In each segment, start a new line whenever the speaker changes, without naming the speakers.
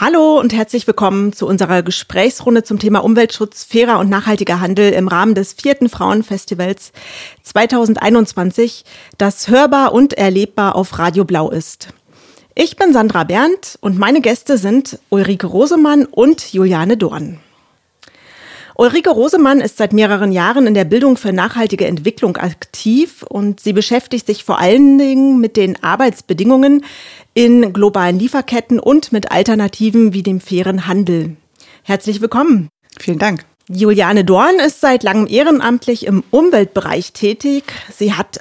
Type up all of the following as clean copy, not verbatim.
Hallo und herzlich willkommen zu unserer Gesprächsrunde zum Thema Umweltschutz, fairer und nachhaltiger Handel im Rahmen des 4. Frauenfestivals 2021, das hörbar und erlebbar auf Radio Blau ist. Ich bin Sandra Berndt und meine Gäste sind Ulrike Rosemann und Juliane Dorn. Ulrike Rosemann ist seit mehreren Jahren in der Bildung für nachhaltige Entwicklung aktiv und sie beschäftigt sich vor allen Dingen mit den Arbeitsbedingungen in globalen Lieferketten und mit Alternativen wie dem fairen Handel. Herzlich willkommen.
Vielen Dank.
Juliane Dorn ist seit langem ehrenamtlich im Umweltbereich tätig. Sie hat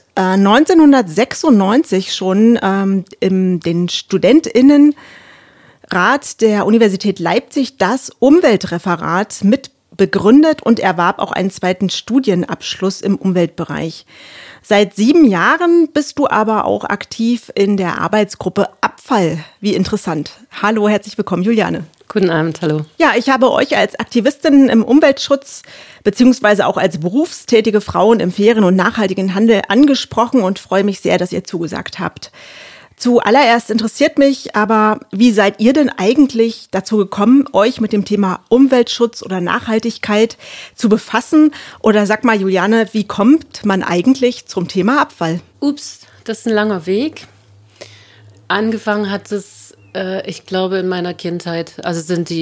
1996 schon den StudentInnenrat der Universität Leipzig das Umweltreferat mit begründet und erwarb auch einen zweiten Studienabschluss im Umweltbereich. Seit 7 Jahren bist du aber auch aktiv in der Arbeitsgruppe Abfall. Wie interessant. Hallo, herzlich willkommen, Juliane.
Guten Abend, hallo.
Ja, ich habe euch als Aktivistin im Umweltschutz beziehungsweise auch als berufstätige Frauen im fairen und nachhaltigen Handel angesprochen und freue mich sehr, dass ihr zugesagt habt. Zuallererst interessiert mich aber, wie seid ihr denn eigentlich dazu gekommen, euch mit dem Thema Umweltschutz oder Nachhaltigkeit zu befassen? Oder sag mal, Juliane, wie kommt man eigentlich zum Thema Abfall?
Ups, das ist ein langer Weg. Angefangen hat es, ich glaube, in meiner Kindheit. Also liegt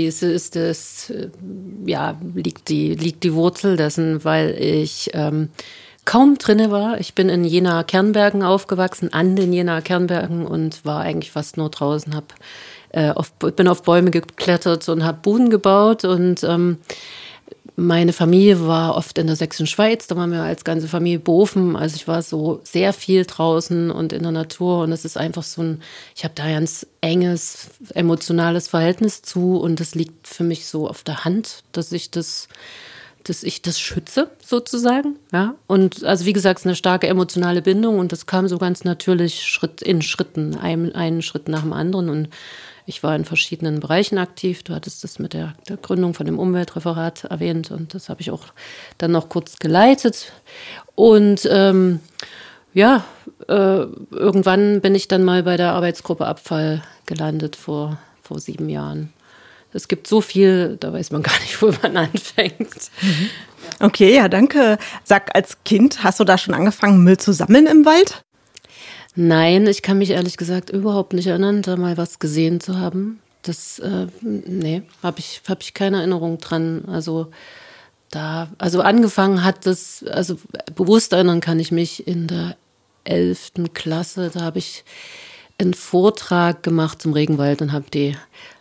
die Wurzel dessen, weil ich kaum drinne war. Ich bin in Jenaer Kernbergen aufgewachsen, an den Jenaer Kernbergen und war eigentlich fast nur draußen. Bin auf Bäume geklettert und habe Buden gebaut und meine Familie war oft in der Sächsischen Schweiz. Da waren wir als ganze Familie berufen. Also ich war so sehr viel draußen und in der Natur und es ist einfach ich habe da ein ganz enges emotionales Verhältnis zu und das liegt für mich so auf der Hand, dass ich das schütze, sozusagen. Ja? Und also wie gesagt, es ist eine starke emotionale Bindung und das kam so ganz natürlich Schritt in Schritten, einen Schritt nach dem anderen. Und ich war in verschiedenen Bereichen aktiv. Du hattest das mit der Gründung von dem Umweltreferat erwähnt und das habe ich auch dann noch kurz geleitet. Und irgendwann bin ich dann mal bei der Arbeitsgruppe Abfall gelandet vor 7 Jahren. Es gibt so viel, da weiß man gar nicht, wo man anfängt.
Okay, ja, danke. Sag, als Kind, hast du da schon angefangen, Müll zu sammeln im Wald?
Nein, ich kann mich ehrlich gesagt überhaupt nicht erinnern, da mal was gesehen zu haben. Habe ich keine Erinnerung dran. Also angefangen hat das, also bewusst erinnern kann ich mich in der 11. Klasse, da habe ich einen Vortrag gemacht zum Regenwald und habe die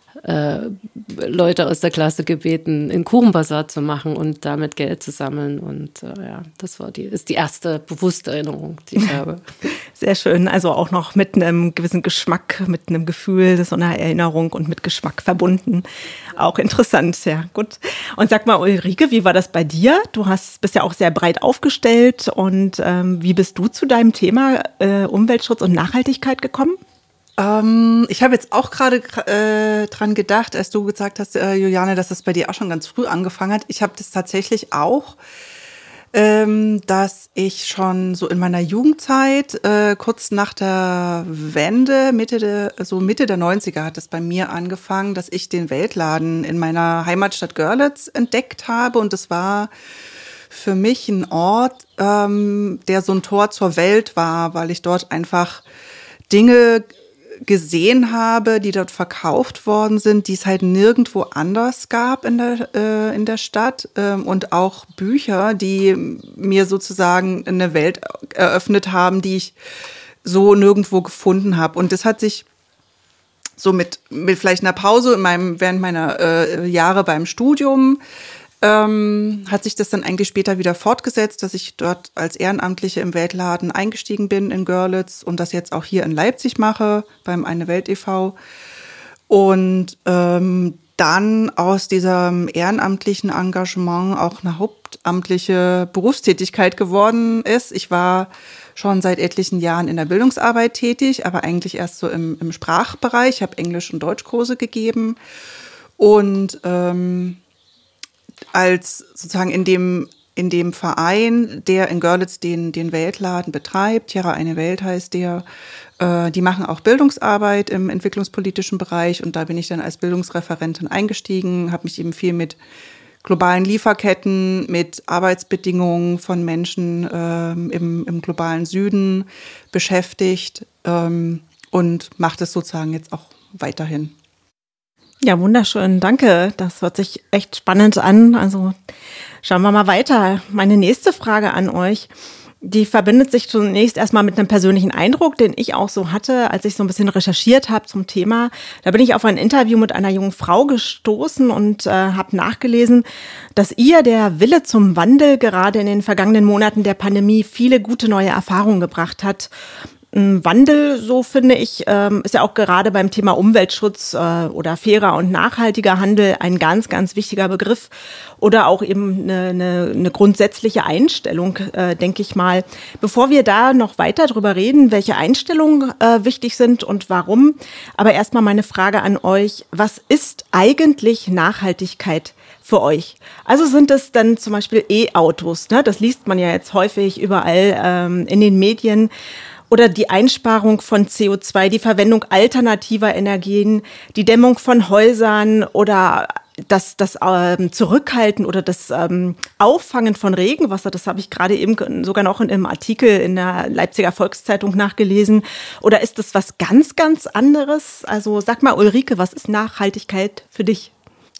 Leute aus der Klasse gebeten, einen Kuchenbasar zu machen und damit Geld zu sammeln. Und das ist die erste bewusste Erinnerung, die ich habe.
Sehr schön. Also auch noch mit einem gewissen Geschmack, mit einem Gefühl, so einer Erinnerung und mit Geschmack verbunden. Auch interessant, ja, gut. Und sag mal, Ulrike, wie war das bei dir? Du bist ja auch sehr breit aufgestellt. Und wie bist du zu deinem Thema Umweltschutz und Nachhaltigkeit gekommen?
Ich habe jetzt auch gerade dran gedacht, als du gesagt hast, Juliane, dass das bei dir auch schon ganz früh angefangen hat. Ich habe das tatsächlich auch, dass ich schon so in meiner Jugendzeit, kurz nach der Wende, Mitte der 90er hat es bei mir angefangen, dass ich den Weltladen in meiner Heimatstadt Görlitz entdeckt habe. Und das war für mich ein Ort, der so ein Tor zur Welt war, weil ich dort einfach Dinge gesehen habe, die dort verkauft worden sind, die es halt nirgendwo anders gab in der Stadt, und auch Bücher, die mir sozusagen eine Welt eröffnet haben, die ich so nirgendwo gefunden habe. Und das hat sich so mit vielleicht einer Pause während meiner Jahre beim Studium hat sich das dann eigentlich später wieder fortgesetzt, dass ich dort als Ehrenamtliche im Weltladen eingestiegen bin in Görlitz und das jetzt auch hier in Leipzig mache, beim Eine Welt e.V. Und dann aus diesem ehrenamtlichen Engagement auch eine hauptamtliche Berufstätigkeit geworden ist. Ich war schon seit etlichen Jahren in der Bildungsarbeit tätig, aber eigentlich erst so im Sprachbereich. Ich habe Englisch- und Deutschkurse gegeben und als sozusagen in in dem Verein, der in Görlitz den Weltladen betreibt, Terra eine Welt heißt der, die machen auch Bildungsarbeit im entwicklungspolitischen Bereich und da bin ich dann als Bildungsreferentin eingestiegen, habe mich eben viel mit globalen Lieferketten, mit Arbeitsbedingungen von Menschen im globalen Süden beschäftigt und mache das sozusagen jetzt auch weiterhin.
Ja, wunderschön, danke. Das hört sich echt spannend an. Also schauen wir mal weiter. Meine nächste Frage an euch, die verbindet sich zunächst erstmal mit einem persönlichen Eindruck, den ich auch so hatte, als ich so ein bisschen recherchiert habe zum Thema. Da bin ich auf ein Interview mit einer jungen Frau gestoßen und habe nachgelesen, dass ihr der Wille zum Wandel gerade in den vergangenen Monaten der Pandemie viele gute neue Erfahrungen gebracht hat. Wandel, so finde ich, ist ja auch gerade beim Thema Umweltschutz oder fairer und nachhaltiger Handel ein ganz, ganz wichtiger Begriff oder auch eben eine grundsätzliche Einstellung, denke ich mal. Bevor wir da noch weiter drüber reden, welche Einstellungen wichtig sind und warum, aber erstmal meine Frage an euch, was ist eigentlich Nachhaltigkeit für euch? Also sind es dann zum Beispiel E-Autos, ne? Das liest man ja jetzt häufig überall in den Medien. Oder die Einsparung von CO2, die Verwendung alternativer Energien, die Dämmung von Häusern oder das Zurückhalten oder das Auffangen von Regenwasser. Das habe ich gerade eben sogar noch in einem Artikel in der Leipziger Volkszeitung nachgelesen. Oder ist das was ganz, ganz anderes? Also sag mal, Ulrike, was ist Nachhaltigkeit für dich?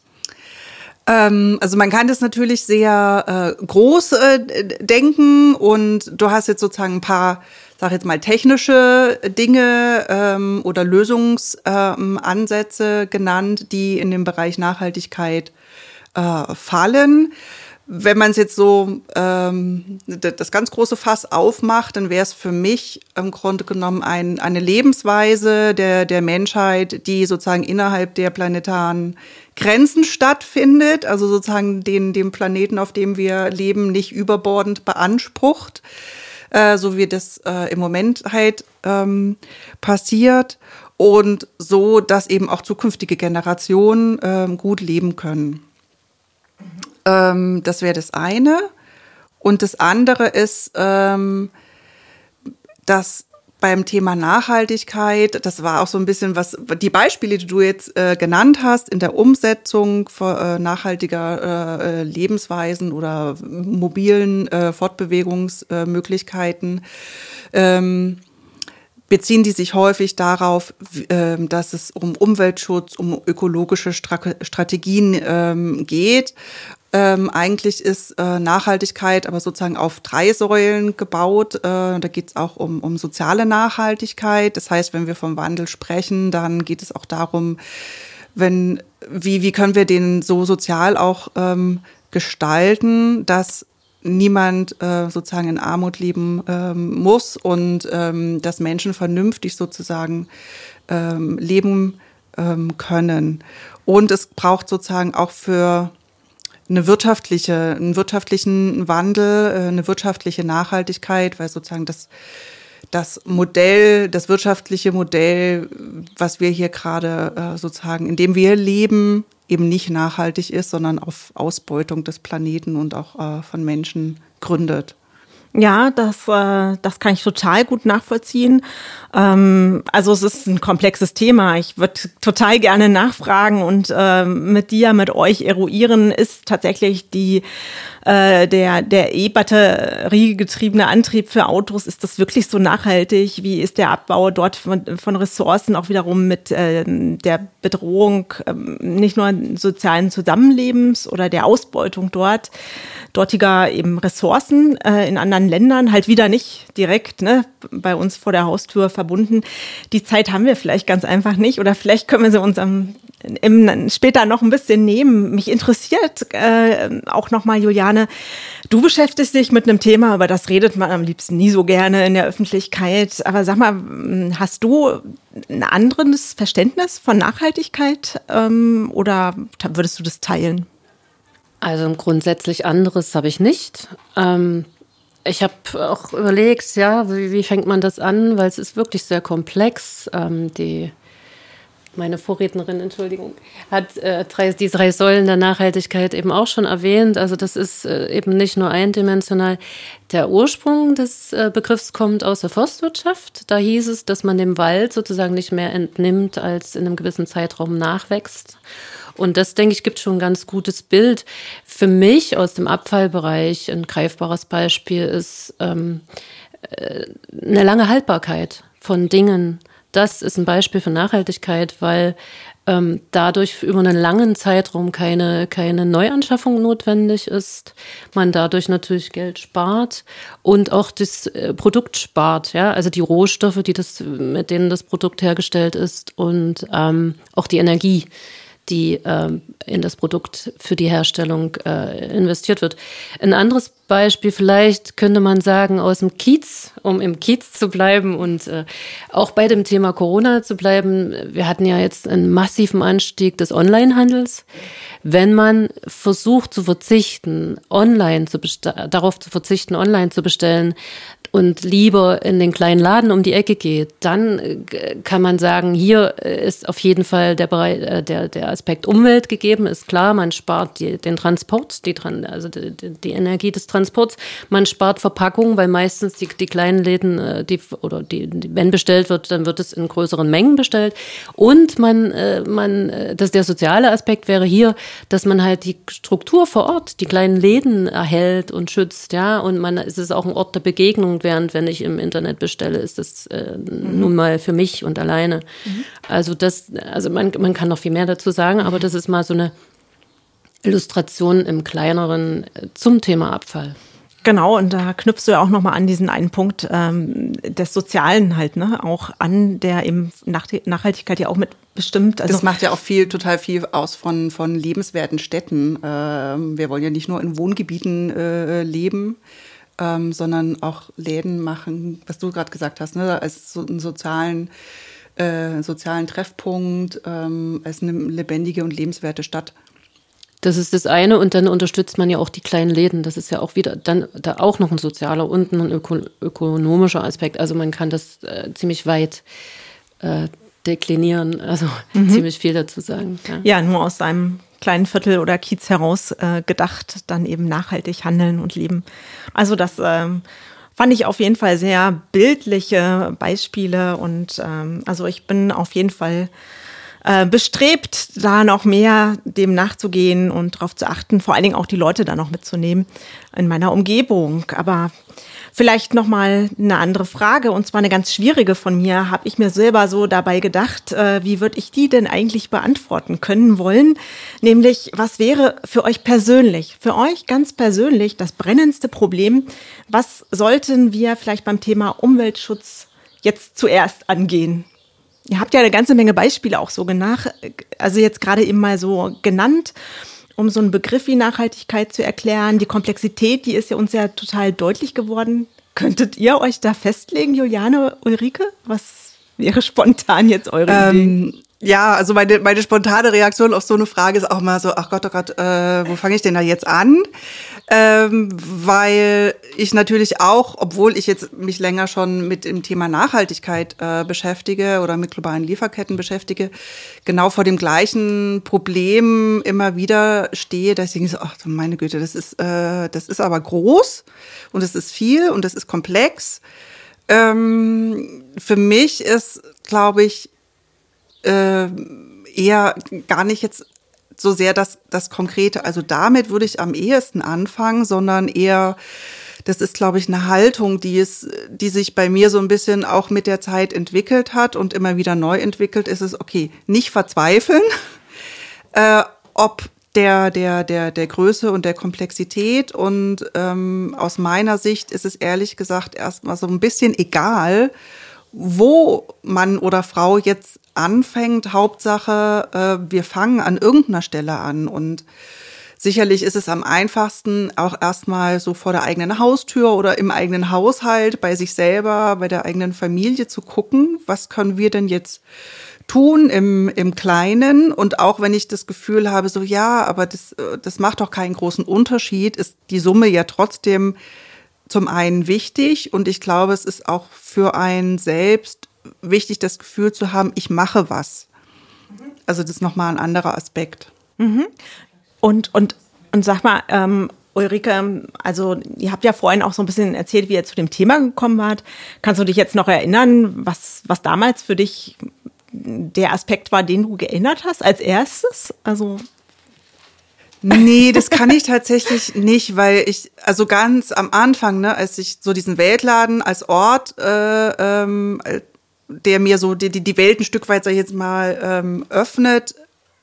Also man kann das natürlich sehr groß denken und du hast jetzt sozusagen ein paar, sag jetzt mal, technische Dinge oder Lösungsansätze genannt, die in den Bereich Nachhaltigkeit fallen. Wenn man es jetzt so das ganz große Fass aufmacht, dann wäre es für mich im Grunde genommen eine Lebensweise der Menschheit, die sozusagen innerhalb der planetaren Grenzen stattfindet, also sozusagen den Planeten, auf dem wir leben, nicht überbordend beansprucht, so wie das im Moment halt passiert und so, dass eben auch zukünftige Generationen gut leben können. Das wäre das eine. Und das andere ist, dass beim Thema Nachhaltigkeit, das war auch so ein bisschen was, die Beispiele, die du jetzt genannt hast, in der Umsetzung von nachhaltiger Lebensweisen oder mobilen Fortbewegungsmöglichkeiten, beziehen die sich häufig darauf, dass es um Umweltschutz, um ökologische Strategien geht. Eigentlich ist Nachhaltigkeit aber sozusagen auf 3 Säulen gebaut. Da geht es auch um soziale Nachhaltigkeit. Das heißt, wenn wir vom Wandel sprechen, dann geht es auch darum, wie können wir den so sozial auch gestalten, dass niemand sozusagen in Armut leben muss und dass Menschen vernünftig sozusagen leben können. Und es braucht sozusagen auch für einen wirtschaftlichen Wandel, eine wirtschaftliche Nachhaltigkeit, weil sozusagen das wirtschaftliche Modell, was wir hier gerade sozusagen, in dem wir leben, eben nicht nachhaltig ist, sondern auf Ausbeutung des Planeten und auch von Menschen gründet.
Ja, das kann ich total gut nachvollziehen. Also es ist ein komplexes Thema. Ich würde total gerne nachfragen und mit euch eruieren, ist tatsächlich der E-Batterie-getriebene Antrieb für Autos, ist das wirklich so nachhaltig? Wie ist der Abbau dort von Ressourcen auch wiederum mit der Bedrohung nicht nur sozialen Zusammenlebens oder der Ausbeutung dortiger eben Ressourcen in anderen Ländern, halt wieder nicht direkt, ne, bei uns vor der Haustür verbunden. Die Zeit haben wir vielleicht ganz einfach nicht oder vielleicht können wir sie uns später noch ein bisschen nehmen. Mich interessiert auch nochmal, Juliane, du beschäftigst dich mit einem Thema, über das redet man am liebsten nie so gerne in der Öffentlichkeit. Aber sag mal, hast du ein anderes Verständnis von Nachhaltigkeit oder würdest du das teilen?
Also ein grundsätzlich anderes habe ich nicht. Ich habe auch überlegt, ja, wie fängt man das an, weil es ist wirklich sehr komplex. meine Vorrednerin, Entschuldigung, hat die 3 Säulen der Nachhaltigkeit eben auch schon erwähnt. Also das ist eben nicht nur eindimensional. Der Ursprung des Begriffs kommt aus der Forstwirtschaft. Da hieß es, dass man dem Wald sozusagen nicht mehr entnimmt, als in einem gewissen Zeitraum nachwächst. Und das, denke ich, gibt schon ein ganz gutes Bild. Für mich aus dem Abfallbereich ein greifbares Beispiel ist eine lange Haltbarkeit von Dingen. Das ist ein Beispiel für Nachhaltigkeit, weil dadurch über einen langen Zeitraum keine Neuanschaffung notwendig ist. Man dadurch natürlich Geld spart und auch das Produkt spart, ja, also die Rohstoffe, mit denen das Produkt hergestellt ist und auch die Energie, die in das Produkt für die Herstellung investiert wird. Ein anderes Beispiel vielleicht könnte man sagen aus dem Kiez, um im Kiez zu bleiben und auch bei dem Thema Corona zu bleiben. Wir hatten ja jetzt einen massiven Anstieg des Onlinehandels. Wenn man versucht zu verzichten, darauf zu verzichten, online zu bestellen, und lieber in den kleinen Laden um die Ecke geht, dann kann man sagen, hier ist auf jeden Fall der Aspekt Umwelt gegeben, ist klar, man spart den Transport, die Energie des Transports, man spart Verpackungen, weil meistens die kleinen Läden, wenn bestellt wird, dann wird es in größeren Mengen bestellt und der soziale Aspekt wäre hier, dass man halt die Struktur vor Ort, die kleinen Läden erhält und schützt, ja, und es ist auch ein Ort der Begegnung, während wenn ich im Internet bestelle, ist das nun mal für mich und alleine. Also man kann noch viel mehr dazu sagen, aber das ist mal so eine Illustration im Kleineren zum Thema Abfall.
Genau, und da knüpfst du ja auch nochmal an diesen einen Punkt des Sozialen halt, ne, auch an, der eben Nachhaltigkeit ja auch mit bestimmt. Also
das macht ja auch total viel aus von lebenswerten Städten. Wir wollen ja nicht nur in Wohngebieten leben, sondern auch Läden machen, was du gerade gesagt hast, ne, als so einen sozialen Treffpunkt, als eine lebendige und lebenswerte Stadt.
Das ist das eine und dann unterstützt man ja auch die kleinen Läden. Das ist ja auch wieder dann da auch noch ein sozialer und ein ökonomischer Aspekt. Also man kann das ziemlich weit deklinieren, also ziemlich viel dazu sagen.
Ja, nur aus einem kleinen Viertel oder Kiez heraus gedacht, dann eben nachhaltig handeln und leben. Also das fand ich auf jeden Fall sehr bildliche Beispiele und also ich bin auf jeden Fall bestrebt, da noch mehr dem nachzugehen und darauf zu achten, vor allen Dingen auch die Leute da noch mitzunehmen in meiner Umgebung. Aber vielleicht noch mal eine andere Frage, und zwar eine ganz schwierige von mir, habe ich mir selber so dabei gedacht, wie würde ich die denn eigentlich beantworten können wollen? Nämlich, was wäre für euch ganz persönlich das brennendste Problem? Was sollten wir vielleicht beim Thema Umweltschutz jetzt zuerst angehen? Ihr habt ja eine ganze Menge Beispiele auch so also jetzt gerade eben mal so genannt, um so einen Begriff wie Nachhaltigkeit zu erklären. Die Komplexität, die ist ja uns ja total deutlich geworden. Könntet ihr euch da festlegen, Juliane, Ulrike? Was wäre spontan jetzt eure Idee?
Ja, also meine spontane Reaktion auf so eine Frage ist auch mal so, ach Gott, wo fange ich denn da jetzt an? Weil ich natürlich auch, obwohl ich jetzt mich länger schon mit dem Thema Nachhaltigkeit beschäftige oder mit globalen Lieferketten beschäftige, genau vor dem gleichen Problem immer wieder stehe, dass ich denke so, ach meine Güte, das ist aber groß und es ist viel und es ist komplex. Für mich ist, glaube ich, eher gar nicht jetzt so sehr das Konkrete, also damit würde ich am ehesten anfangen, sondern eher, das ist, glaube ich, eine Haltung, die sich bei mir so ein bisschen auch mit der Zeit entwickelt hat und immer wieder neu entwickelt, ist es, okay, nicht verzweifeln, ob der Größe und der Komplexität und aus meiner Sicht ist es ehrlich gesagt erstmal so ein bisschen egal, wo Mann oder Frau jetzt anfängt. Hauptsache, wir fangen an irgendeiner Stelle an. Und sicherlich ist es am einfachsten, auch erstmal so vor der eigenen Haustür oder im eigenen Haushalt, bei sich selber, bei der eigenen Familie zu gucken, was können wir denn jetzt tun im Kleinen. Und auch wenn ich das Gefühl habe, so ja, aber das macht doch keinen großen Unterschied, ist die Summe ja trotzdem zum einen wichtig und ich glaube, es ist auch für einen selbst wichtig, das Gefühl zu haben, ich mache was. also das ist nochmal ein anderer Aspekt.
Und sag mal, Ulrike, also ihr habt ja vorhin auch so ein bisschen erzählt, wie ihr zu dem Thema gekommen wart. Kannst du dich jetzt noch erinnern, was damals für dich der Aspekt war, den du geändert hast als erstes? Also
nee, das kann ich tatsächlich nicht, weil also ganz am Anfang, ne, als ich so diesen Weltladen als Ort, der mir so die Welt ein Stück weit, sag ich jetzt mal, öffnet,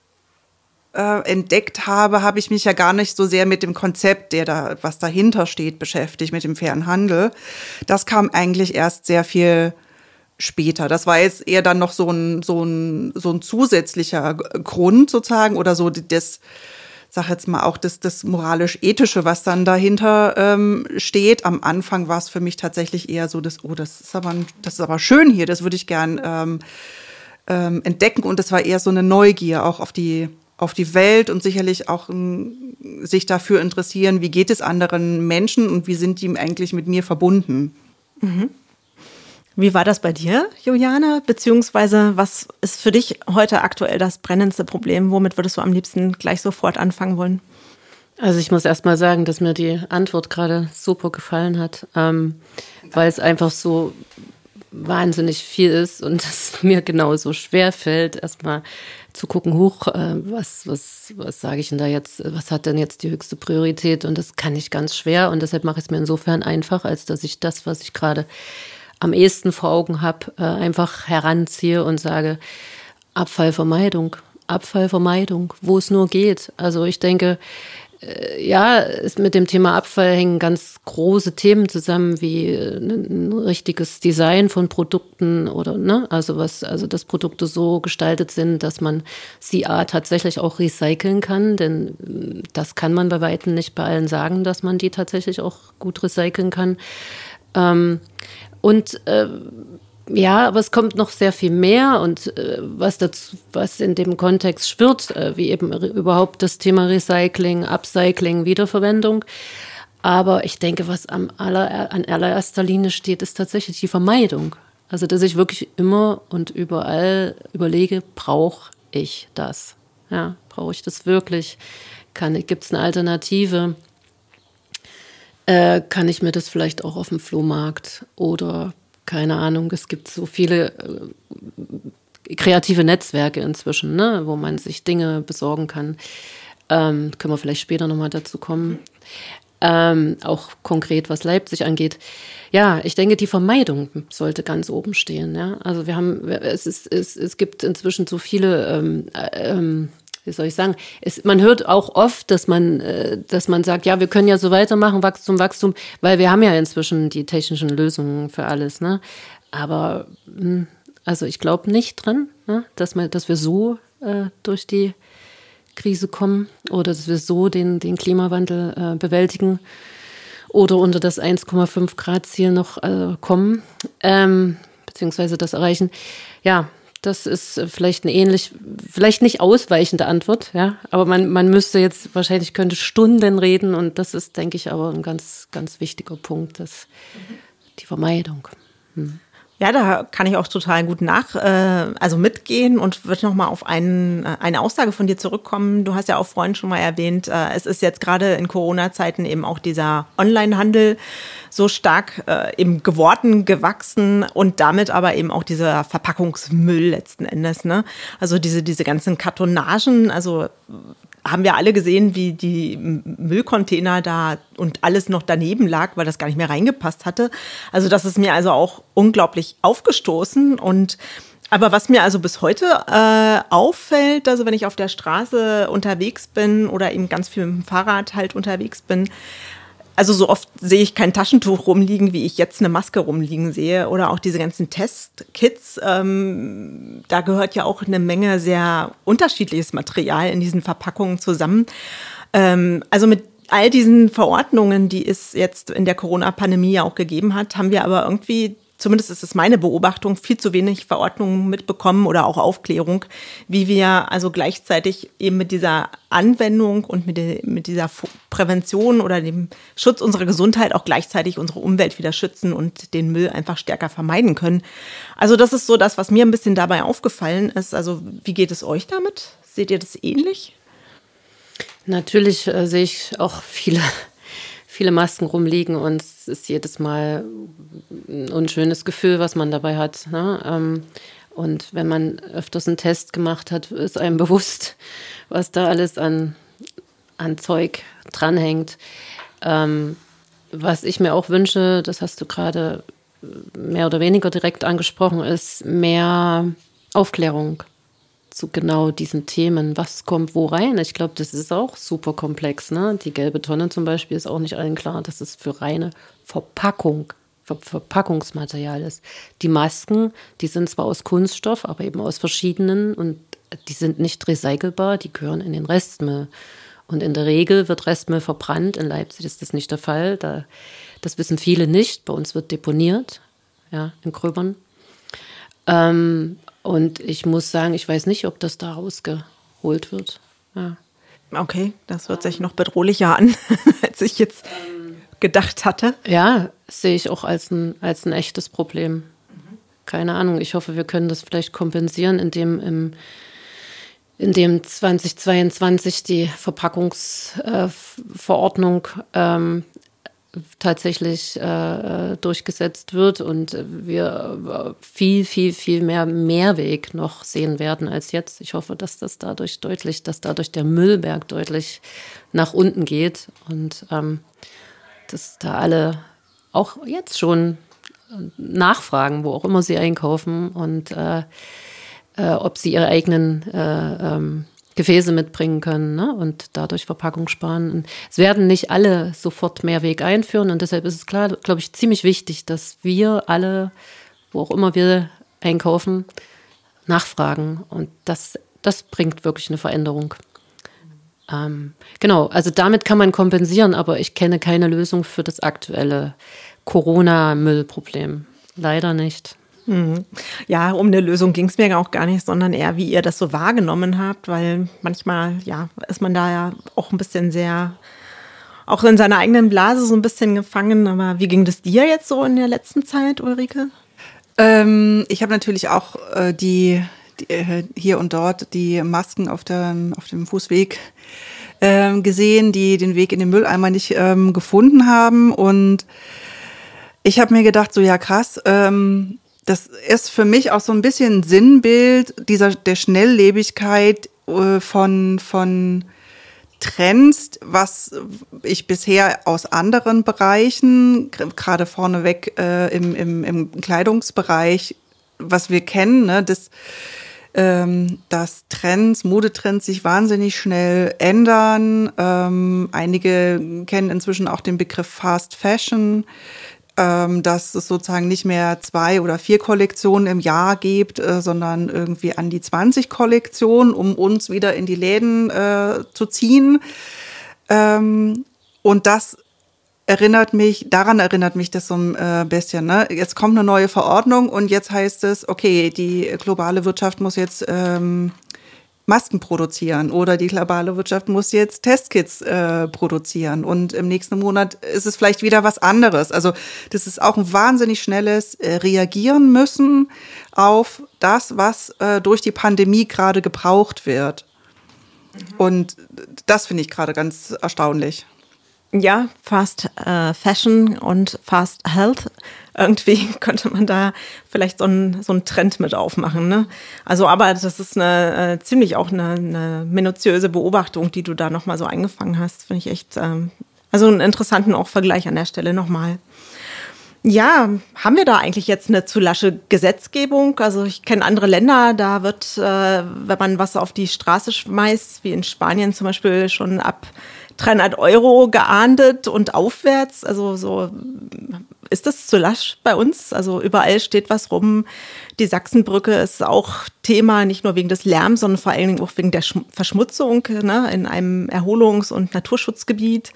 entdeckt habe ich mich ja gar nicht so sehr mit dem Konzept, was dahinter steht, beschäftigt, mit dem fairen Handel. Das kam eigentlich erst sehr viel später. Das war jetzt eher dann noch so ein zusätzlicher Grund sozusagen oder so sag jetzt mal auch das moralisch-ethische, was dann dahinter steht. Am Anfang war es für mich tatsächlich eher so, das ist aber schön hier, das würde ich gern entdecken. Und das war eher so eine Neugier auch auf die Welt und sicherlich auch sich dafür interessieren, wie geht es anderen Menschen und wie sind die eigentlich mit mir verbunden.
Mhm. Wie war das bei dir, Juliane? Beziehungsweise, was ist für dich heute aktuell das brennendste Problem? Womit würdest du am liebsten gleich sofort anfangen wollen?
Also ich muss erst mal sagen, dass mir die Antwort gerade super gefallen hat, weil es einfach so wahnsinnig viel ist und es mir genauso schwer fällt, erstmal zu gucken, was sage ich denn da jetzt, was hat denn jetzt die höchste Priorität? Und das kann ich ganz schwer und deshalb mache ich es mir insofern einfach, als dass ich das, was ich gerade am ehesten vor Augen habe, einfach heranziehe und sage, Abfallvermeidung, wo es nur geht. Also ich denke, mit dem Thema Abfall hängen ganz große Themen zusammen, wie ein richtiges Design von Produkten oder also dass Produkte so gestaltet sind, dass man sie tatsächlich auch recyceln kann, denn das kann man bei weitem nicht bei allen sagen, dass man die tatsächlich auch gut recyceln kann. Aber es kommt noch sehr viel mehr und was in dem Kontext schwirrt, wie eben überhaupt das Thema Recycling, Upcycling, Wiederverwendung. Aber ich denke, was an allererster Linie steht, ist tatsächlich die Vermeidung. Also, dass ich wirklich immer und überall überlege, brauche ich das? Ja, brauche ich das wirklich? Gibt es eine Alternative? Kann ich mir das vielleicht auch auf dem Flohmarkt oder keine Ahnung, es gibt so viele kreative Netzwerke inzwischen, ne, wo man sich Dinge besorgen kann. Können wir vielleicht später nochmal dazu kommen. Auch konkret, was Leipzig angeht. Ja, ich denke, die Vermeidung sollte ganz oben stehen. Ja? Also es gibt inzwischen so viele wie soll ich sagen, man hört auch oft, dass man sagt, ja, wir können ja so weitermachen, Wachstum, weil wir haben ja inzwischen die technischen Lösungen für alles, ne? Aber also ich glaube nicht dran, ne? dass wir so durch die Krise kommen oder dass wir so den Klimawandel bewältigen oder unter das 1,5 Grad Ziel noch kommen, beziehungsweise das erreichen. Ja, das ist vielleicht vielleicht nicht ausweichende Antwort, ja, aber man müsste jetzt könnte Stunden reden und das ist, denke ich, aber ein ganz, ganz wichtiger Punkt, die Vermeidung.
Ja, da kann ich auch total gut mitgehen und würde noch mal auf eine Aussage von dir zurückkommen. Du hast ja auch vorhin schon mal erwähnt, es ist jetzt gerade in Corona-Zeiten eben auch dieser Online-Handel so stark eben gewachsen und damit aber eben auch dieser Verpackungsmüll letzten Endes, ne? Also diese ganzen Kartonagen, also haben wir alle gesehen, wie die Müllcontainer da und alles noch daneben lag, weil das gar nicht mehr reingepasst hatte. Also das ist mir also auch unglaublich aufgestoßen. Aber was mir also bis heute auffällt, also wenn ich auf der Straße unterwegs bin oder eben ganz viel mit dem Fahrrad halt unterwegs bin, also so oft sehe ich kein Taschentuch rumliegen, wie ich jetzt eine Maske rumliegen sehe. Oder auch diese ganzen Testkits. Da gehört ja auch eine Menge sehr unterschiedliches Material in diesen Verpackungen zusammen. Also mit all diesen Verordnungen, die es jetzt in der Corona-Pandemie ja auch gegeben hat, haben wir aber irgendwie, zumindest ist es meine Beobachtung, viel zu wenig Verordnungen mitbekommen oder auch Aufklärung, wie wir also gleichzeitig eben mit dieser Anwendung und mit dieser Prävention oder dem Schutz unserer Gesundheit auch gleichzeitig unsere Umwelt wieder schützen und den Müll einfach stärker vermeiden können. Also das ist so das, was mir ein bisschen dabei aufgefallen ist. Also wie geht es euch damit? Seht ihr das ähnlich?
Natürlich sehe ich auch viele Masken rumliegen und es ist jedes Mal ein unschönes Gefühl, was man dabei hat, ne? Und wenn man öfters einen Test gemacht hat, ist einem bewusst, was da alles an Zeug dranhängt. Was ich mir auch wünsche, das hast du gerade mehr oder weniger direkt angesprochen, ist mehr Aufklärung zu genau diesen Themen. Was kommt wo rein? Ich glaube, das ist auch super komplex, ne? Die gelbe Tonne zum Beispiel ist auch nicht allen klar, dass es für reine Verpackungsmaterial ist. Die Masken, die sind zwar aus Kunststoff, aber eben aus verschiedenen und die sind nicht recycelbar, die gehören in den Restmüll. Und in der Regel wird Restmüll verbrannt. In Leipzig ist das nicht der Fall. Das wissen viele nicht. Bei uns wird deponiert, ja, in Gröbern. Und ich muss sagen, ich weiß nicht, ob das da rausgeholt wird. Ja.
Okay, das hört sich noch bedrohlicher an, als ich jetzt gedacht hatte.
Ja, sehe ich auch als ein echtes Problem. Keine Ahnung, ich hoffe, wir können das vielleicht kompensieren, indem 2022 die Verpackungsverordnung tatsächlich durchgesetzt wird und wir viel mehr Mehrweg noch sehen werden als jetzt. Ich hoffe, dass dadurch der Müllberg deutlich nach unten geht und dass da alle auch jetzt schon nachfragen, wo auch immer sie einkaufen und ob sie ihre eigenen Gefäße mitbringen können, ne? Und dadurch Verpackung sparen. Und es werden nicht alle sofort Mehrweg einführen und deshalb ist es klar, glaube ich, ziemlich wichtig, dass wir alle, wo auch immer wir einkaufen, nachfragen und das bringt wirklich eine Veränderung. Genau, also damit kann man kompensieren, aber ich kenne keine Lösung für das aktuelle Corona-Müllproblem. Leider nicht.
Ja, um eine Lösung ging es mir auch gar nicht, sondern eher, wie ihr das so wahrgenommen habt, weil manchmal, ja, ist man da ja auch ein bisschen auch in seiner eigenen Blase so ein bisschen gefangen. Aber wie ging das dir jetzt so in der letzten Zeit, Ulrike?
Ich habe natürlich auch die hier und dort die Masken auf dem Fußweg gesehen, die den Weg in den Mülleimer nicht gefunden haben. Und ich habe mir gedacht, so ja krass, das ist für mich auch so ein bisschen ein Sinnbild der Schnelllebigkeit von Trends, was ich bisher aus anderen Bereichen, gerade vorneweg im Kleidungsbereich, was wir kennen, ne, dass Modetrends sich wahnsinnig schnell ändern. Einige kennen inzwischen auch den Begriff Fast Fashion, dass es sozusagen nicht mehr 2 oder 4 Kollektionen im Jahr gibt, sondern irgendwie an die 20 Kollektionen, um uns wieder in die Läden zu ziehen. Und daran erinnert mich das so ein bisschen. Ne? Jetzt kommt eine neue Verordnung und jetzt heißt es, okay, die globale Wirtschaft muss jetzt Masken produzieren oder die globale Wirtschaft muss jetzt Testkits produzieren und im nächsten Monat ist es vielleicht wieder was anderes. Also das ist auch ein wahnsinnig schnelles Reagieren müssen auf das, was durch die Pandemie gerade gebraucht wird. Und das finde ich gerade ganz erstaunlich.
Ja, Fast Fashion und Fast Health. Irgendwie könnte man da vielleicht so einen Trend mit aufmachen, ne? Also, aber das ist ziemlich auch eine minutiöse Beobachtung, die du da nochmal so eingefangen hast. Finde ich echt, also einen interessanten auch Vergleich an der Stelle nochmal. Ja, haben wir da eigentlich jetzt eine zu lasche Gesetzgebung? Also ich kenne andere Länder, da wird, wenn man was auf die Straße schmeißt, wie in Spanien zum Beispiel, schon ab 300 € geahndet und aufwärts. Also so ist das zu lasch bei uns? Also überall steht was rum. Die Sachsenbrücke ist auch Thema, nicht nur wegen des Lärms, sondern vor allen Dingen auch wegen der Verschmutzung, ne, in einem Erholungs- und Naturschutzgebiet.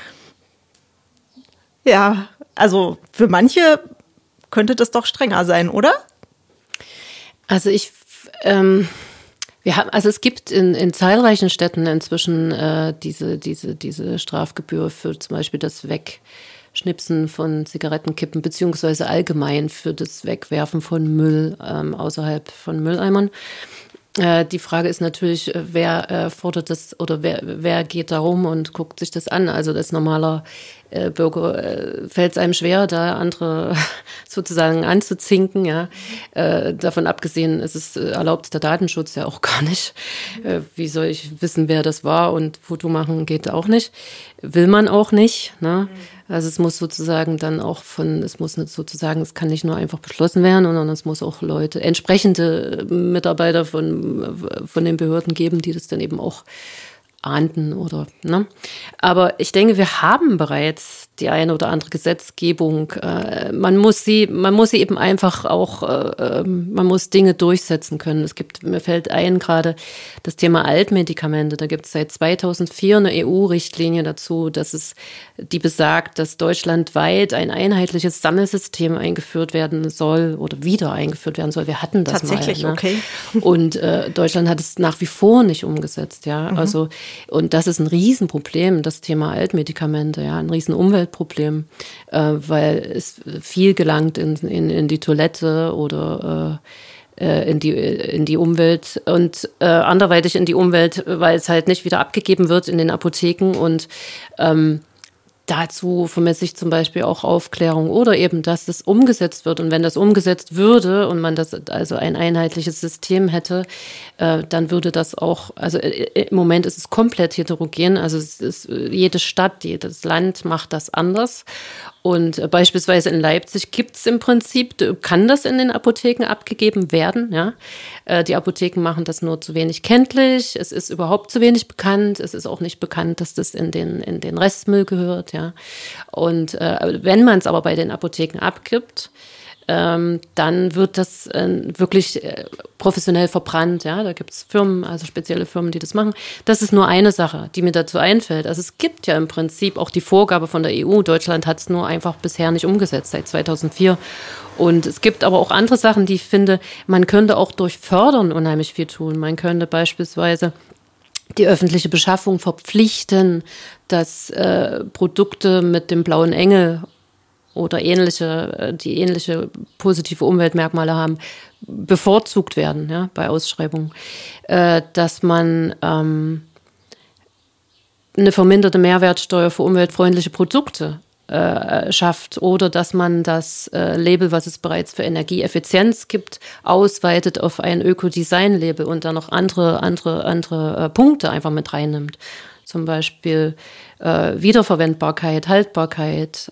Ja, also für manche könnte das doch strenger sein, oder?
Also Also es gibt in zahlreichen Städten inzwischen diese Strafgebühr für zum Beispiel das Wegschnipsen von Zigarettenkippen beziehungsweise allgemein für das Wegwerfen von Müll außerhalb von Mülleimern. Die Frage ist natürlich, wer fordert das oder wer geht da rum und guckt sich das an? Also als normaler Bürger fällt es einem schwer, da andere sozusagen anzuzinken. Ja. Davon abgesehen erlaubt der Datenschutz ja auch gar nicht. Wie soll ich wissen, wer das war, und Foto machen geht auch nicht. Will man auch nicht. Ne? Also es muss sozusagen dann auch es kann nicht nur einfach beschlossen werden, sondern es muss auch entsprechende Mitarbeiter von den Behörden geben, die das dann eben auch ahnden oder, ne? Aber ich denke, wir haben bereits die eine oder andere Gesetzgebung. Man muss sie eben einfach auch, man muss Dinge durchsetzen können. Mir fällt ein gerade das Thema Altmedikamente. Da gibt es seit 2004 eine EU-Richtlinie dazu, die besagt, dass deutschlandweit ein einheitliches Sammelsystem eingeführt werden soll oder wieder eingeführt werden soll. Wir hatten das
tatsächlich,
mal. Ne?
Okay.
Und Deutschland hat es nach wie vor nicht umgesetzt, ja. Mhm. Also, und das ist ein Riesenproblem, das Thema Altmedikamente, ja, ein riesen Umweltproblem, weil es viel gelangt in die Toilette oder in die Umwelt und anderweitig in die Umwelt, weil es halt nicht wieder abgegeben wird in den Apotheken, und dazu vermisse ich zum Beispiel auch Aufklärung oder eben, dass das umgesetzt wird. Und wenn das umgesetzt würde und man das also ein einheitliches System hätte, dann würde das auch, also im Moment ist es komplett heterogen, also jede Stadt, jedes Land macht das anders. Und beispielsweise in Leipzig gibt's im Prinzip, kann das in den Apotheken abgegeben werden, ja. Die Apotheken machen das nur zu wenig kenntlich, es ist überhaupt zu wenig bekannt, es ist auch nicht bekannt, dass das in den Restmüll gehört, ja. Und wenn man es aber bei den Apotheken abgibt, dann wird das wirklich professionell verbrannt. Ja? Da gibt es Firmen, also spezielle Firmen, die das machen. Das ist nur eine Sache, die mir dazu einfällt. Also es gibt ja im Prinzip auch die Vorgabe von der EU. Deutschland hat es nur einfach bisher nicht umgesetzt, seit 2004. Und es gibt aber auch andere Sachen, die ich finde, man könnte auch durch Fördern unheimlich viel tun. Man könnte beispielsweise die öffentliche Beschaffung verpflichten, dass Produkte mit dem blauen Engel oder die ähnliche positive Umweltmerkmale haben, bevorzugt werden, ja, bei Ausschreibungen. Dass man eine verminderte Mehrwertsteuer für umweltfreundliche Produkte schafft, oder dass man das Label, was es bereits für Energieeffizienz gibt, ausweitet auf ein Ökodesign-Label und dann noch andere Punkte einfach mit reinnimmt. Zum Beispiel Wiederverwendbarkeit, Haltbarkeit,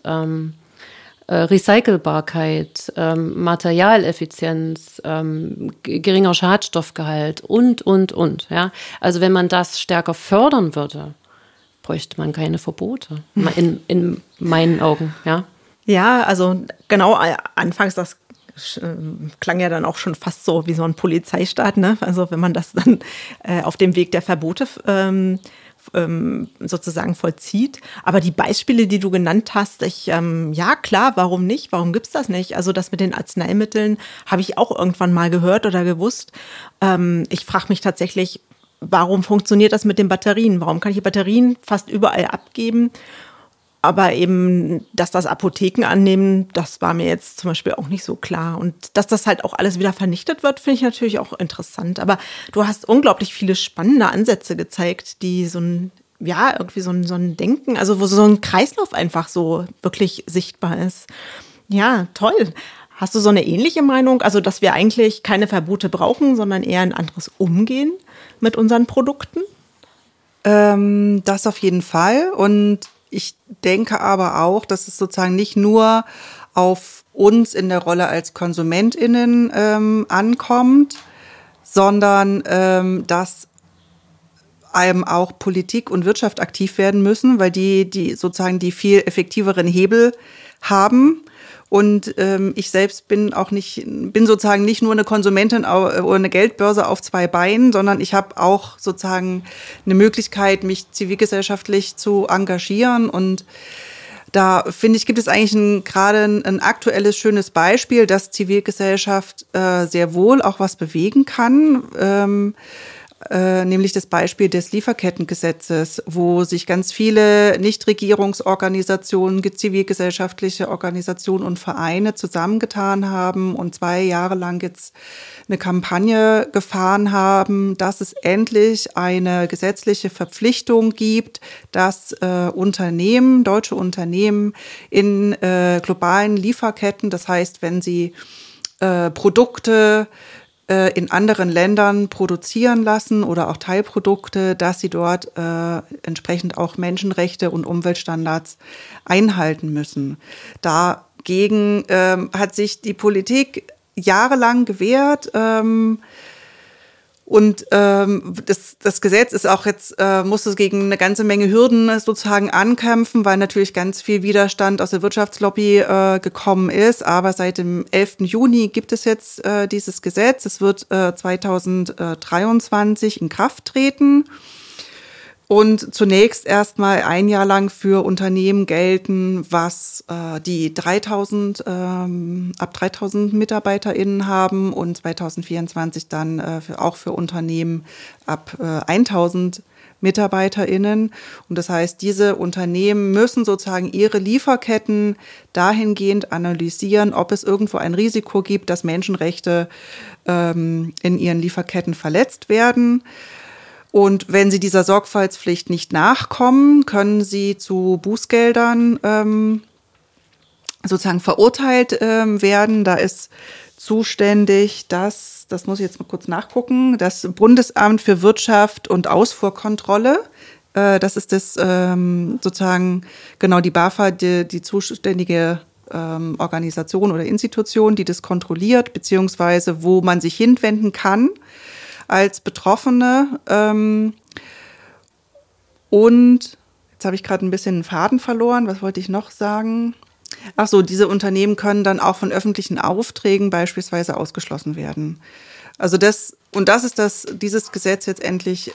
Recycelbarkeit, Materialeffizienz, geringer Schadstoffgehalt und. Ja? Also wenn man das stärker fördern würde, bräuchte man keine Verbote, in meinen Augen. Ja,
ja, also genau, anfangs das klang ja dann auch schon fast so wie so ein Polizeistaat, ne? Also wenn man das dann auf dem Weg der Verbote sozusagen vollzieht. Aber die Beispiele, die du genannt hast, ja klar, warum nicht? Warum gibt's das nicht? Also das mit den Arzneimitteln habe ich auch irgendwann mal gehört oder gewusst. Ich frage mich tatsächlich, warum funktioniert das mit den Batterien? Warum kann ich Batterien fast überall abgeben? Aber eben, dass das Apotheken annehmen, das war mir jetzt zum Beispiel auch nicht so klar. Und dass das halt auch alles wieder vernichtet wird, finde ich natürlich auch interessant. Aber du hast unglaublich viele spannende Ansätze gezeigt, die irgendwie so ein Denken, also wo so ein Kreislauf einfach so wirklich sichtbar ist. Ja, toll. Hast du so eine ähnliche Meinung? Also, dass wir eigentlich keine Verbote brauchen, sondern eher ein anderes Umgehen mit unseren Produkten?
Das auf jeden Fall. Und ich denke aber auch, dass es sozusagen nicht nur auf uns in der Rolle als KonsumentInnen ankommt, sondern dass einem auch Politik und Wirtschaft aktiv werden müssen, weil die sozusagen die viel effektiveren Hebel haben. Und ich selbst bin sozusagen nicht nur eine Konsumentin oder eine Geldbörse auf zwei Beinen, sondern ich habe auch sozusagen eine Möglichkeit, mich zivilgesellschaftlich zu engagieren. Und da finde ich, gibt es eigentlich gerade ein aktuelles, schönes Beispiel, dass Zivilgesellschaft sehr wohl auch was bewegen kann. nämlich das Beispiel des Lieferkettengesetzes, wo sich ganz viele Nichtregierungsorganisationen, zivilgesellschaftliche Organisationen und Vereine zusammengetan haben und 2 Jahre lang jetzt eine Kampagne gefahren haben, dass es endlich eine gesetzliche Verpflichtung gibt, dass Unternehmen, deutsche Unternehmen in globalen Lieferketten, das heißt, wenn sie Produkte in anderen Ländern produzieren lassen oder auch Teilprodukte, dass sie dort entsprechend auch Menschenrechte und Umweltstandards einhalten müssen. Dagegen hat sich die Politik jahrelang gewehrt. Und das Gesetz ist auch jetzt, muss es gegen eine ganze Menge Hürden sozusagen ankämpfen, weil natürlich ganz viel Widerstand aus der Wirtschaftslobby gekommen ist. Aber seit dem 11. Juni gibt es jetzt dieses Gesetz. Es wird 2023 in Kraft treten. Und zunächst erstmal 1 Jahr lang für Unternehmen gelten, was die ab 3.000 MitarbeiterInnen haben und 2024 dann auch für Unternehmen ab 1.000 MitarbeiterInnen. Und das heißt, diese Unternehmen müssen sozusagen ihre Lieferketten dahingehend analysieren, ob es irgendwo ein Risiko gibt, dass Menschenrechte in ihren Lieferketten verletzt werden. Und wenn sie dieser Sorgfaltspflicht nicht nachkommen, können sie zu Bußgeldern sozusagen verurteilt werden. Da ist zuständig das muss ich jetzt mal kurz nachgucken, das Bundesamt für Wirtschaft und Ausfuhrkontrolle. Das ist das sozusagen genau die BAFA, die zuständige Organisation oder Institution, die das kontrolliert, beziehungsweise wo man sich hinwenden kann als Betroffene. Und jetzt habe ich gerade ein bisschen den Faden verloren. Was wollte ich noch sagen? Ach so, diese Unternehmen können dann auch von öffentlichen Aufträgen beispielsweise ausgeschlossen werden. Also dieses Gesetz jetzt endlich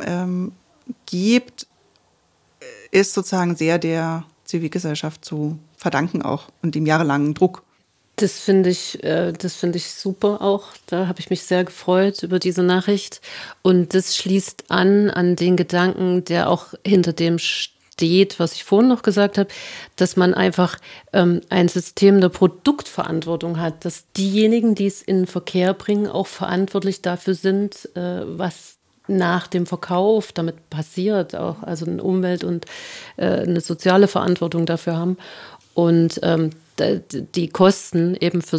gibt, ist sozusagen sehr der Zivilgesellschaft zu verdanken auch und dem jahrelangen Druck.
Das finde ich super auch. Da habe ich mich sehr gefreut über diese Nachricht. Und das schließt an den Gedanken, der auch hinter dem steht, was ich vorhin noch gesagt habe, dass man einfach ein System der Produktverantwortung hat, dass diejenigen, die es in den Verkehr bringen, auch verantwortlich dafür sind, was nach dem Verkauf damit passiert, auch also eine Umwelt- und eine soziale Verantwortung dafür haben. Und die Kosten eben für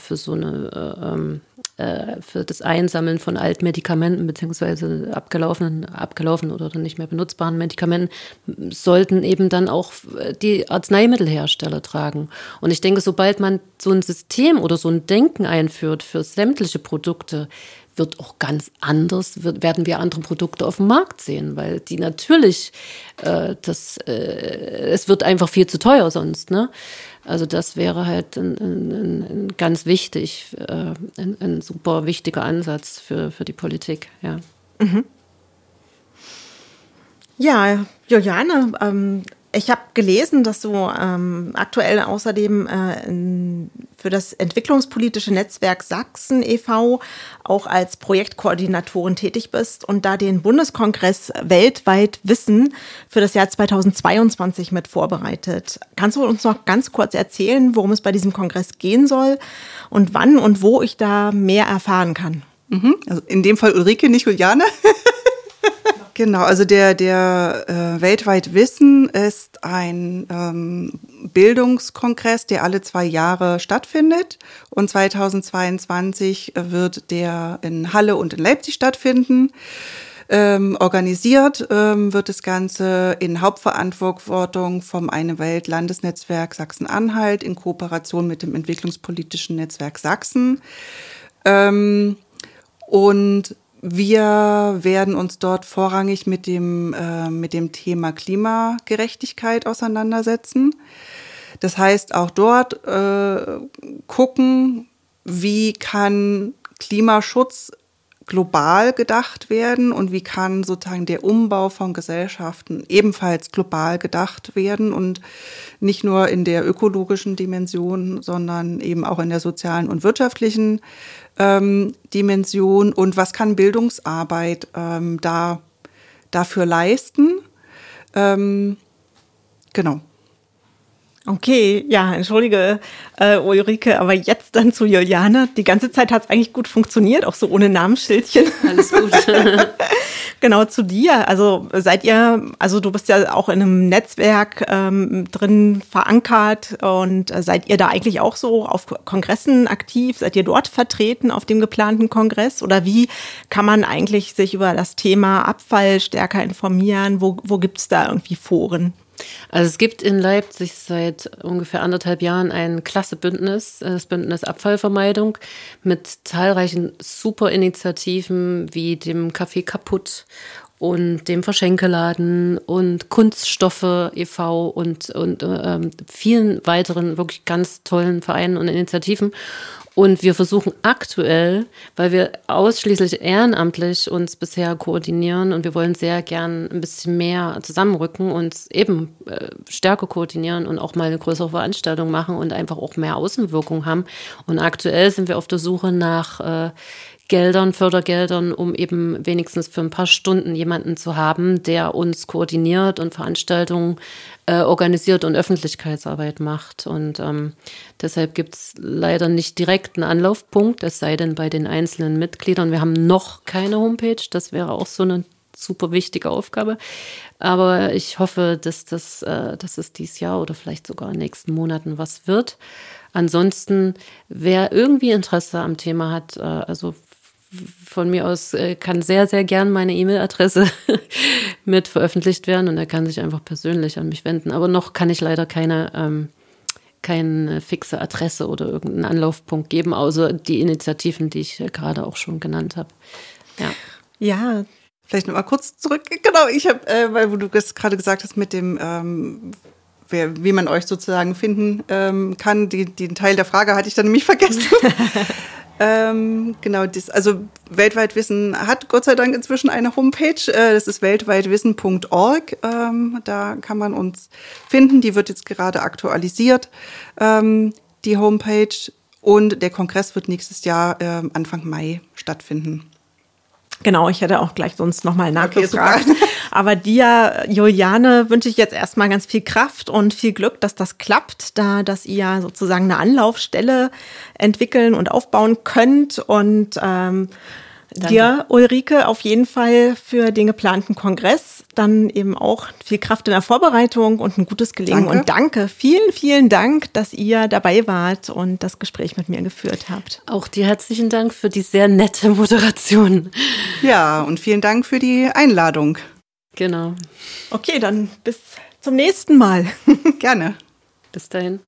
das Einsammeln von alten Medikamenten beziehungsweise abgelaufenen oder nicht mehr benutzbaren Medikamenten sollten eben dann auch die Arzneimittelhersteller tragen. Und ich denke, sobald man so ein System oder so ein Denken einführt für sämtliche Produkte, wird auch ganz anders, werden wir andere Produkte auf dem Markt sehen, weil die natürlich, es wird einfach viel zu teuer sonst, ne? Also das wäre halt ein ganz wichtig, ein super wichtiger Ansatz für die Politik, ja.
Mhm. Ja, Juliane, ich habe gelesen, dass du aktuell außerdem für das Entwicklungspolitische Netzwerk Sachsen e.V. auch als Projektkoordinatorin tätig bist und da den Bundeskongress Weltweit Wissen für das Jahr 2022 mit vorbereitet. Kannst du uns noch ganz kurz erzählen, worum es bei diesem Kongress gehen soll und wann und wo ich da mehr erfahren kann?
Also in dem Fall Ulrike, nicht Juliane. Genau, also der Weltweit Wissen ist ein Bildungskongress, der alle 2 Jahre stattfindet. Und 2022 wird der in Halle und in Leipzig stattfinden. Organisiert wird das Ganze in Hauptverantwortung vom Eine Welt Landesnetzwerk Sachsen-Anhalt in Kooperation mit dem Entwicklungspolitischen Netzwerk Sachsen. Und wir werden uns dort vorrangig mit dem Thema Klimagerechtigkeit auseinandersetzen. Das heißt, auch dort gucken, wie kann Klimaschutz global gedacht werden und wie kann sozusagen der Umbau von Gesellschaften ebenfalls global gedacht werden und nicht nur in der ökologischen Dimension, sondern eben auch in der sozialen und wirtschaftlichen Dimension und was kann Bildungsarbeit dafür leisten. Genau.
Okay, ja, entschuldige, Ulrike, aber jetzt dann zu Juliane. Die ganze Zeit hat es eigentlich gut funktioniert, auch so ohne Namensschildchen.
Alles gut.
Genau, zu dir. Also du bist ja auch in einem Netzwerk drin verankert und seid ihr da eigentlich auch so auf Kongressen aktiv? Seid ihr dort vertreten auf dem geplanten Kongress? Oder wie kann man eigentlich sich über das Thema Abfall stärker informieren? Wo gibt's da irgendwie Foren?
Also es gibt in Leipzig seit ungefähr 1,5 Jahren ein klasse Bündnis, das Bündnis Abfallvermeidung, mit zahlreichen super Initiativen wie dem Café Kaputt und dem Verschenkeladen und Kunststoffe e.V. und vielen weiteren wirklich ganz tollen Vereinen und Initiativen. Und wir versuchen aktuell, weil wir ausschließlich ehrenamtlich uns bisher koordinieren und wir wollen sehr gern ein bisschen mehr zusammenrücken und eben stärker koordinieren und auch mal eine größere Veranstaltung machen und einfach auch mehr Außenwirkung haben. Und aktuell sind wir auf der Suche nach Fördergeldern, um eben wenigstens für ein paar Stunden jemanden zu haben, der uns koordiniert und Veranstaltungen organisiert und Öffentlichkeitsarbeit macht. Und deshalb gibt es leider nicht direkt einen Anlaufpunkt, es sei denn bei den einzelnen Mitgliedern. Wir haben noch keine Homepage, das wäre auch so eine super wichtige Aufgabe. Aber ich hoffe, dass es dieses Jahr oder vielleicht sogar in den nächsten Monaten was wird. Ansonsten, wer irgendwie Interesse am Thema hat, also von mir aus kann sehr, sehr gern meine E-Mail-Adresse mit veröffentlicht werden und er kann sich einfach persönlich an mich wenden. Aber noch kann ich leider keine fixe Adresse oder irgendeinen Anlaufpunkt geben, außer die Initiativen, die ich gerade auch schon genannt habe.
Ja.
Vielleicht noch mal kurz zurück. Genau, ich habe, weil du das gerade gesagt hast mit dem wie man euch sozusagen finden kann. Den Teil der Frage hatte ich dann nämlich vergessen. Genau, also Weltweit Wissen hat Gott sei Dank inzwischen eine Homepage. Das ist weltweitwissen.org. Da kann man uns finden. Die wird jetzt gerade aktualisiert, die Homepage. Und der Kongress wird nächstes Jahr Anfang Mai stattfinden.
Genau, ich hätte auch gleich sonst nochmal nachgefragt. Okay, aber dir, Juliane, wünsche ich jetzt erstmal ganz viel Kraft und viel Glück, dass das klappt, dass ihr sozusagen eine Anlaufstelle entwickeln und aufbauen könnt. Und dir, Ulrike, auf jeden Fall für den geplanten Kongress dann eben auch viel Kraft in der Vorbereitung und ein gutes Gelingen. Danke. Und danke, vielen, vielen Dank, dass ihr dabei wart und das Gespräch mit mir geführt habt.
Auch dir herzlichen Dank für die sehr nette Moderation.
Ja, und vielen Dank für die Einladung.
Genau.
Okay, dann bis zum nächsten Mal.
Gerne.
Bis dahin.